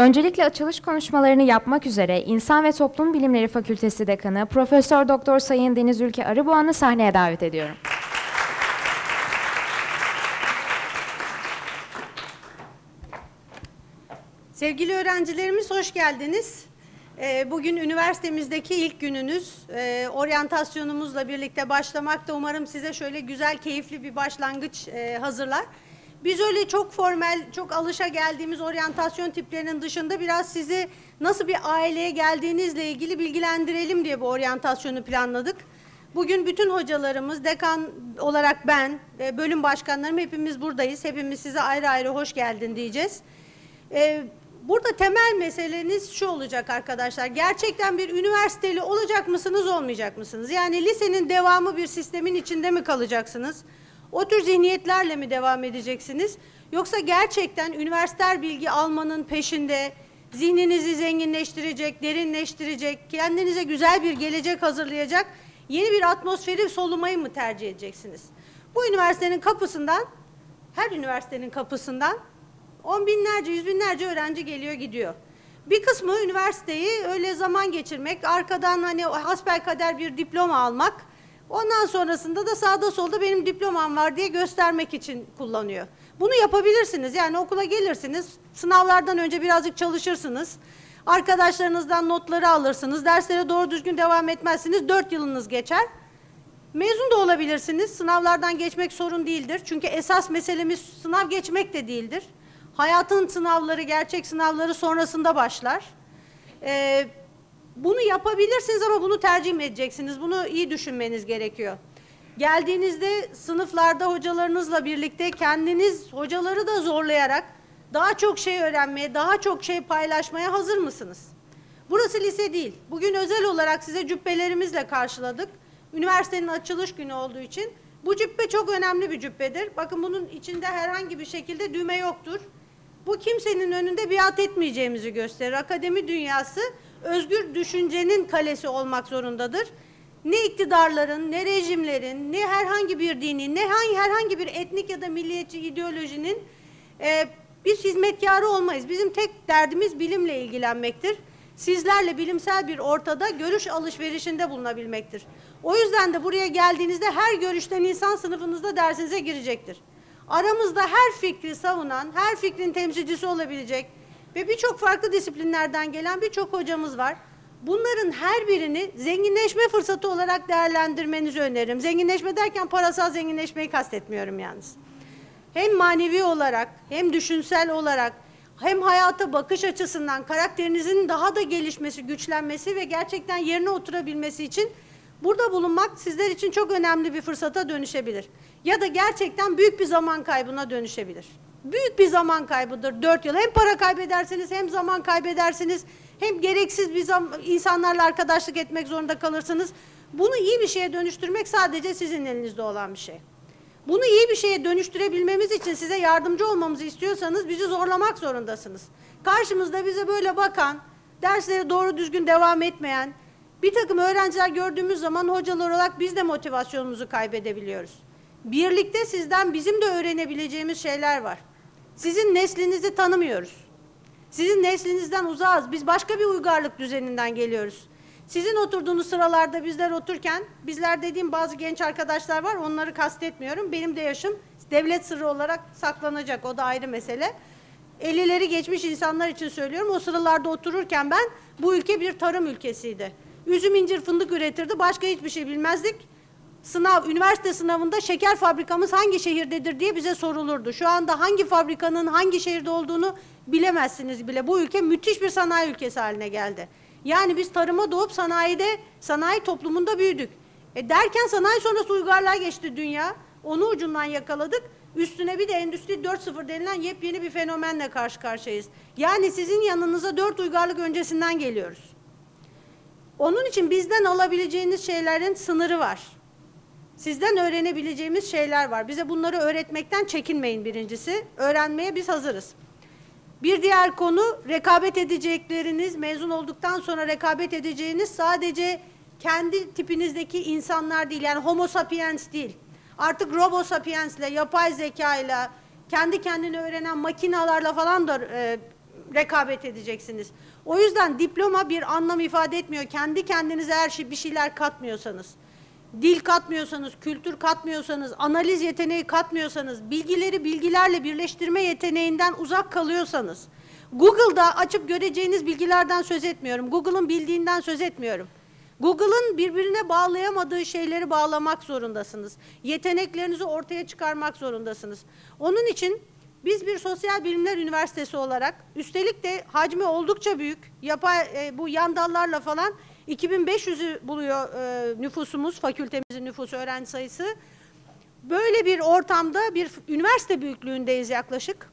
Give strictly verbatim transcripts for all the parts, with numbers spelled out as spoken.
Öncelikle açılış konuşmalarını yapmak üzere İnsan ve Toplum Bilimleri Fakültesi Dekanı Profesör Doktor Sayın Deniz Ülke Arıboğan'ı sahneye davet ediyorum. Sevgili öğrencilerimiz, hoş geldiniz. Bugün üniversitemizdeki ilk gününüz. Oryantasyonumuzla birlikte başlamakta umarım size şöyle güzel, keyifli bir başlangıç hazırlar. Biz öyle çok formel, çok alışa geldiğimiz oryantasyon tiplerinin dışında biraz sizi nasıl bir aileye geldiğinizle ilgili bilgilendirelim diye bu oryantasyonu planladık. Bugün bütün hocalarımız, dekan olarak ben, bölüm başkanlarım hepimiz buradayız. Hepimiz size ayrı ayrı hoş geldin diyeceğiz. Burada temel meseleniz şu olacak arkadaşlar. Gerçekten bir üniversiteli olacak mısınız, olmayacak mısınız? Yani lisenin devamı bir sistemin içinde mi kalacaksınız? O tür zihniyetlerle mi devam edeceksiniz? Yoksa gerçekten üniversiter bilgi almanın peşinde zihninizi zenginleştirecek, derinleştirecek, kendinize güzel bir gelecek hazırlayacak yeni bir atmosferi solumayı mı tercih edeceksiniz? Bu üniversitenin kapısından, her üniversitenin kapısından on binlerce, yüz binlerce öğrenci geliyor gidiyor. Bir kısmı üniversiteyi öyle zaman geçirmek, arkadan hani hasbelkader bir diploma almak, ondan sonrasında da sağda solda benim diplomam var diye göstermek için kullanıyor. Bunu yapabilirsiniz. Yani okula gelirsiniz, sınavlardan önce birazcık çalışırsınız, arkadaşlarınızdan notları alırsınız, derslere doğru düzgün devam etmezsiniz, dört yılınız geçer. Mezun da olabilirsiniz, sınavlardan geçmek sorun değildir. Çünkü esas meselemiz sınav geçmek de değildir. Hayatın sınavları, gerçek sınavları sonrasında başlar. Ee, bunu yapabilirsiniz ama bunu tercih mi edeceksiniz? Bunu iyi düşünmeniz gerekiyor. Geldiğinizde sınıflarda hocalarınızla birlikte kendiniz hocaları da zorlayarak daha çok şey öğrenmeye, daha çok şey paylaşmaya hazır mısınız? Burası lise değil. Bugün özel olarak size cübbelerimizle karşıladık. Üniversitenin açılış günü olduğu için. Bu cübbe çok önemli bir cübbedir. Bakın bunun içinde herhangi bir şekilde düğme yoktur. Bu kimsenin önünde biat etmeyeceğimizi gösterir. Akademi dünyası özgür düşüncenin kalesi olmak zorundadır. Ne iktidarların, ne rejimlerin, ne herhangi bir dinin, ne herhangi bir etnik ya da milliyetçi ideolojinin e, biz hizmetkarı olmayız. Bizim tek derdimiz bilimle ilgilenmektir. Sizlerle bilimsel bir ortada görüş alışverişinde bulunabilmektir. O yüzden de buraya geldiğinizde her görüşten insan sınıfınızda dersinize girecektir. Aramızda her fikri savunan, her fikrin temsilcisi olabilecek ve birçok farklı disiplinlerden gelen birçok hocamız var. Bunların her birini zenginleşme fırsatı olarak değerlendirmenizi öneririm. Zenginleşme derken parasal zenginleşmeyi kastetmiyorum yalnız. Hem manevi olarak, hem düşünsel olarak, hem hayata bakış açısından karakterinizin daha da gelişmesi, güçlenmesi ve gerçekten yerine oturabilmesi için burada bulunmak sizler için çok önemli bir fırsata dönüşebilir. Ya da gerçekten büyük bir zaman kaybına dönüşebilir. Büyük bir zaman kaybıdır dört yıl. Hem para kaybedersiniz, hem zaman kaybedersiniz, hem gereksiz bir zaman, insanlarla arkadaşlık etmek zorunda kalırsınız. Bunu iyi bir şeye dönüştürmek sadece sizin elinizde olan bir şey. Bunu iyi bir şeye dönüştürebilmemiz için size yardımcı olmamızı istiyorsanız bizi zorlamak zorundasınız. Karşımızda bize böyle bakan, derslere doğru düzgün devam etmeyen bir takım öğrenciler gördüğümüz zaman hocalar olarak biz de motivasyonumuzu kaybedebiliyoruz. Birlikte sizden bizim de öğrenebileceğimiz şeyler var. Sizin neslinizi tanımıyoruz. Sizin neslinizden uzağız. Biz başka bir uygarlık düzeninden geliyoruz. Sizin oturduğunuz sıralarda bizler otururken, bizler dediğim bazı genç arkadaşlar var, onları kastetmiyorum. Benim de yaşım devlet sırrı olarak saklanacak, o da ayrı mesele. ellileri geçmiş insanlar için söylüyorum, o sıralarda otururken ben, bu ülke bir tarım ülkesiydi. Üzüm, incir, fındık üretirdi, başka hiçbir şey bilmezdik. Sınav, üniversite sınavında şeker fabrikamız hangi şehirdedir diye bize sorulurdu. Şu anda hangi fabrikanın hangi şehirde olduğunu bilemezsiniz bile. Bu ülke müthiş bir sanayi ülkesi haline geldi. Yani biz tarıma doğup sanayide, sanayi toplumunda büyüdük. E derken sanayi sonrası uygarlığa geçti dünya. Onu ucundan yakaladık. Üstüne bir de Endüstri dört nokta sıfır denilen yepyeni bir fenomenle karşı karşıyayız. Yani sizin yanınıza dört uygarlık öncesinden geliyoruz. Onun için bizden alabileceğiniz şeylerin sınırı var. Sizden öğrenebileceğimiz şeyler var. Bize bunları öğretmekten çekinmeyin birincisi. Öğrenmeye biz hazırız. Bir diğer konu, rekabet edecekleriniz, mezun olduktan sonra rekabet edeceğiniz sadece kendi tipinizdeki insanlar değil, yani homo sapiens değil. Artık robo sapiensle, yapay zekayla, kendi kendini öğrenen makinalarla falan da e, rekabet edeceksiniz. O yüzden diploma bir anlam ifade etmiyor. Kendi kendinize her şey bir şeyler katmıyorsanız, dil katmıyorsanız, kültür katmıyorsanız, analiz yeteneği katmıyorsanız, bilgileri bilgilerle birleştirme yeteneğinden uzak kalıyorsanız, Google'da açıp göreceğiniz bilgilerden söz etmiyorum. Google'ın bildiğinden söz etmiyorum. Google'ın birbirine bağlayamadığı şeyleri bağlamak zorundasınız. Yeteneklerinizi ortaya çıkarmak zorundasınız. Onun için biz bir sosyal bilimler üniversitesi olarak, üstelik de hacmi oldukça büyük, yapay, e, bu yan dallarla falan iki bin beş yüzü buluyor e, nüfusumuz, fakültemizin nüfusu, öğrenci sayısı. Böyle bir ortamda bir üniversite büyüklüğündeyiz yaklaşık.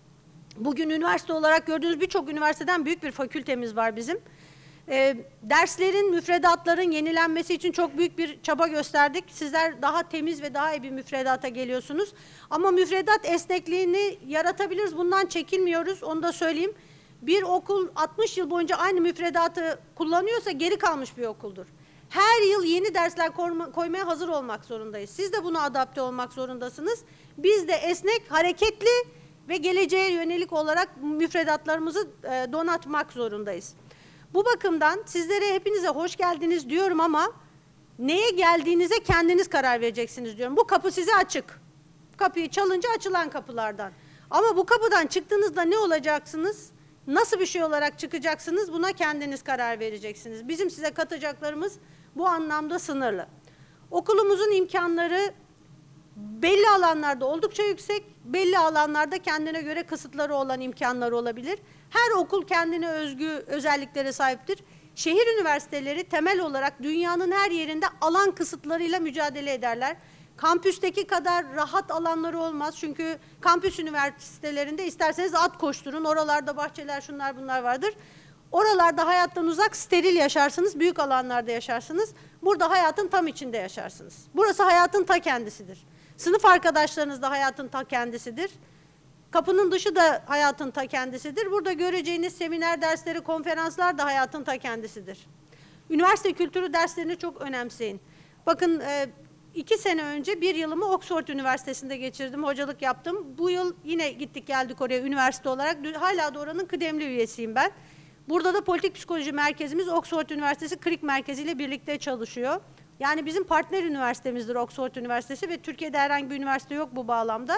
Bugün üniversite olarak gördüğünüz birçok üniversiteden büyük bir fakültemiz var bizim. E, derslerin, müfredatların yenilenmesi için çok büyük bir çaba gösterdik. Sizler daha temiz ve daha iyi bir müfredata geliyorsunuz. Ama müfredat esnekliğini yaratabiliriz. Bundan çekinmiyoruz. Onu da söyleyeyim. Bir okul altmış yıl boyunca aynı müfredatı kullanıyorsa geri kalmış bir okuldur. Her yıl yeni dersler koymaya hazır olmak zorundayız. Siz de buna adapte olmak zorundasınız. Biz de esnek, hareketli ve geleceğe yönelik olarak müfredatlarımızı donatmak zorundayız. Bu bakımdan sizlere hepinize hoş geldiniz diyorum ama neye geldiğinize kendiniz karar vereceksiniz diyorum. Bu kapı size açık. Kapıyı çalınca açılan kapılardan. Ama bu kapıdan çıktığınızda ne olacaksınız? Nasıl bir şey olarak çıkacaksınız? Buna kendiniz karar vereceksiniz. Bizim size katacaklarımız bu anlamda sınırlı. Okulumuzun imkanları belli alanlarda oldukça yüksek, belli alanlarda kendine göre kısıtları olan imkanları olabilir. Her okul kendine özgü özelliklere sahiptir. Şehir üniversiteleri temel olarak dünyanın her yerinde alan kısıtlarıyla mücadele ederler. Kampüsteki kadar rahat alanları olmaz. Çünkü kampüs üniversitelerinde isterseniz at koşturun. Oralarda bahçeler, şunlar bunlar vardır. Oralarda hayattan uzak, steril yaşarsınız. Büyük alanlarda yaşarsınız. Burada hayatın tam içinde yaşarsınız. Burası hayatın ta kendisidir. Sınıf arkadaşlarınız da hayatın ta kendisidir. Kapının dışı da hayatın ta kendisidir. Burada göreceğiniz seminer dersleri, konferanslar da hayatın ta kendisidir. Üniversite kültürü derslerini çok önemseyin. Bakın iki sene önce bir yılımı Oxford Üniversitesi'nde geçirdim, hocalık yaptım. Bu yıl yine gittik geldik oraya üniversite olarak. Hala da oranın kıdemli üyesiyim ben. Burada da politik psikoloji merkezimiz Oxford Üniversitesi Crick Merkezi ile birlikte çalışıyor. Yani bizim partner üniversitemizdir Oxford Üniversitesi ve Türkiye'de herhangi bir üniversite yok bu bağlamda.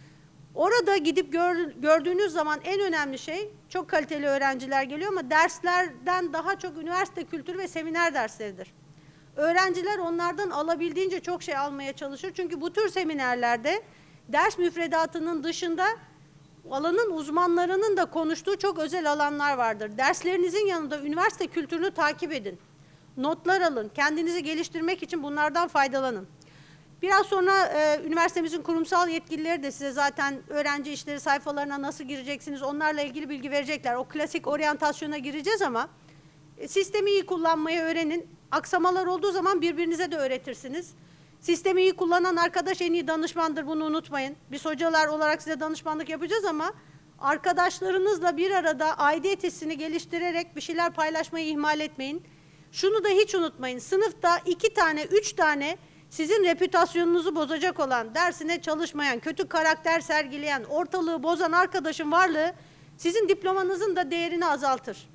Orada gidip gör, gördüğünüz zaman en önemli şey, çok kaliteli öğrenciler geliyor ama derslerden daha çok üniversite kültürü ve seminer dersleridir. Öğrenciler onlardan alabildiğince çok şey almaya çalışır. Çünkü bu tür seminerlerde ders müfredatının dışında alanın uzmanlarının da konuştuğu çok özel alanlar vardır. Derslerinizin yanında üniversite kültürünü takip edin. Notlar alın. Kendinizi geliştirmek için bunlardan faydalanın. Biraz sonra e, üniversitemizin kurumsal yetkilileri de size zaten öğrenci işleri sayfalarına nasıl gireceksiniz onlarla ilgili bilgi verecekler. O klasik oryantasyona gireceğiz ama e, sistemi iyi kullanmayı öğrenin. Aksamalar olduğu zaman birbirinize de öğretirsiniz. Sistemi iyi kullanan arkadaş en iyi danışmandır, bunu unutmayın. Biz hocalar olarak size danışmanlık yapacağız ama arkadaşlarınızla bir arada aidiyet hissini geliştirerek bir şeyler paylaşmayı ihmal etmeyin. Şunu da hiç unutmayın, sınıfta iki tane, üç tane sizin reputasyonunuzu bozacak olan, dersine çalışmayan, kötü karakter sergileyen, ortalığı bozan arkadaşın varlığı sizin diplomanızın da değerini azaltır.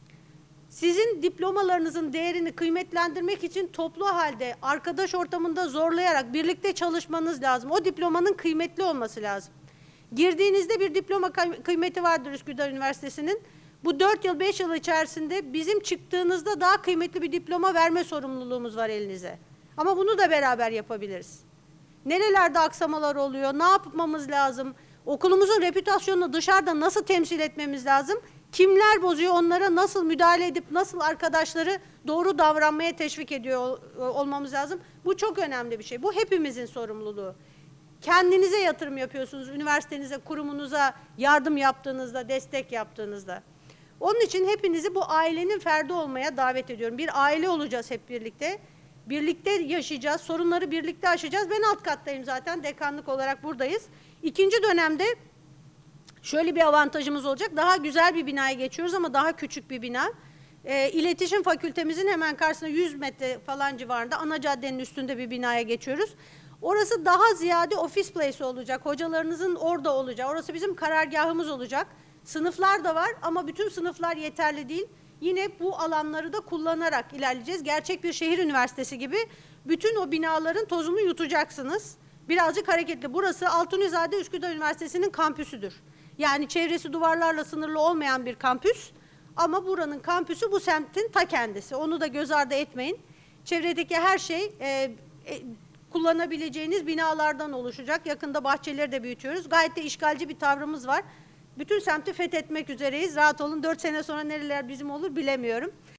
Sizin diplomalarınızın değerini kıymetlendirmek için toplu halde, arkadaş ortamında zorlayarak birlikte çalışmanız lazım. O diplomanın kıymetli olması lazım. Girdiğinizde bir diploma kıymeti vardır Üsküdar Üniversitesi'nin. Bu dört yıl, beş yıl içerisinde bizim çıktığınızda daha kıymetli bir diploma verme sorumluluğumuz var elinize. Ama bunu da beraber yapabiliriz. Nerelerde aksamalar oluyor, ne yapmamız lazım, okulumuzun reputasyonunu dışarıda nasıl temsil etmemiz lazım, kimler bozuyor, onlara nasıl müdahale edip nasıl arkadaşları doğru davranmaya teşvik ediyor olmamız lazım. Bu çok önemli bir şey. Bu hepimizin sorumluluğu. Kendinize yatırım yapıyorsunuz, üniversitenize, kurumunuza yardım yaptığınızda, destek yaptığınızda. Onun için hepinizi bu ailenin ferdi olmaya davet ediyorum. Bir aile olacağız hep birlikte. Birlikte yaşayacağız, sorunları birlikte aşacağız. Ben alt kattayım zaten, dekanlık olarak buradayız. İkinci dönemde şöyle bir avantajımız olacak. Daha güzel bir binaya geçiyoruz ama daha küçük bir bina. E, İletişim Fakültemizin hemen karşısında yüz metre falan civarında, ana caddenin üstünde bir binaya geçiyoruz. Orası daha ziyade office place olacak. Hocalarınızın orada olacağı. Orası bizim karargahımız olacak. Sınıflar da var ama bütün sınıflar yeterli değil. Yine bu alanları da kullanarak ilerleyeceğiz. Gerçek bir şehir üniversitesi gibi bütün o binaların tozunu yutacaksınız. Birazcık hareketli. Burası Altunizade Üsküdar Üniversitesi'nin kampüsüdür. Yani çevresi duvarlarla sınırlı olmayan bir kampüs. Ama buranın kampüsü bu semtin ta kendisi. Onu da göz ardı etmeyin. Çevredeki her şey e, e, kullanabileceğiniz binalardan oluşacak. Yakında bahçeleri de büyütüyoruz. Gayet de işgalci bir tavrımız var. Bütün semti fethetmek üzereyiz. Rahat olun. Dört sene sonra nereler bizim olur bilemiyorum.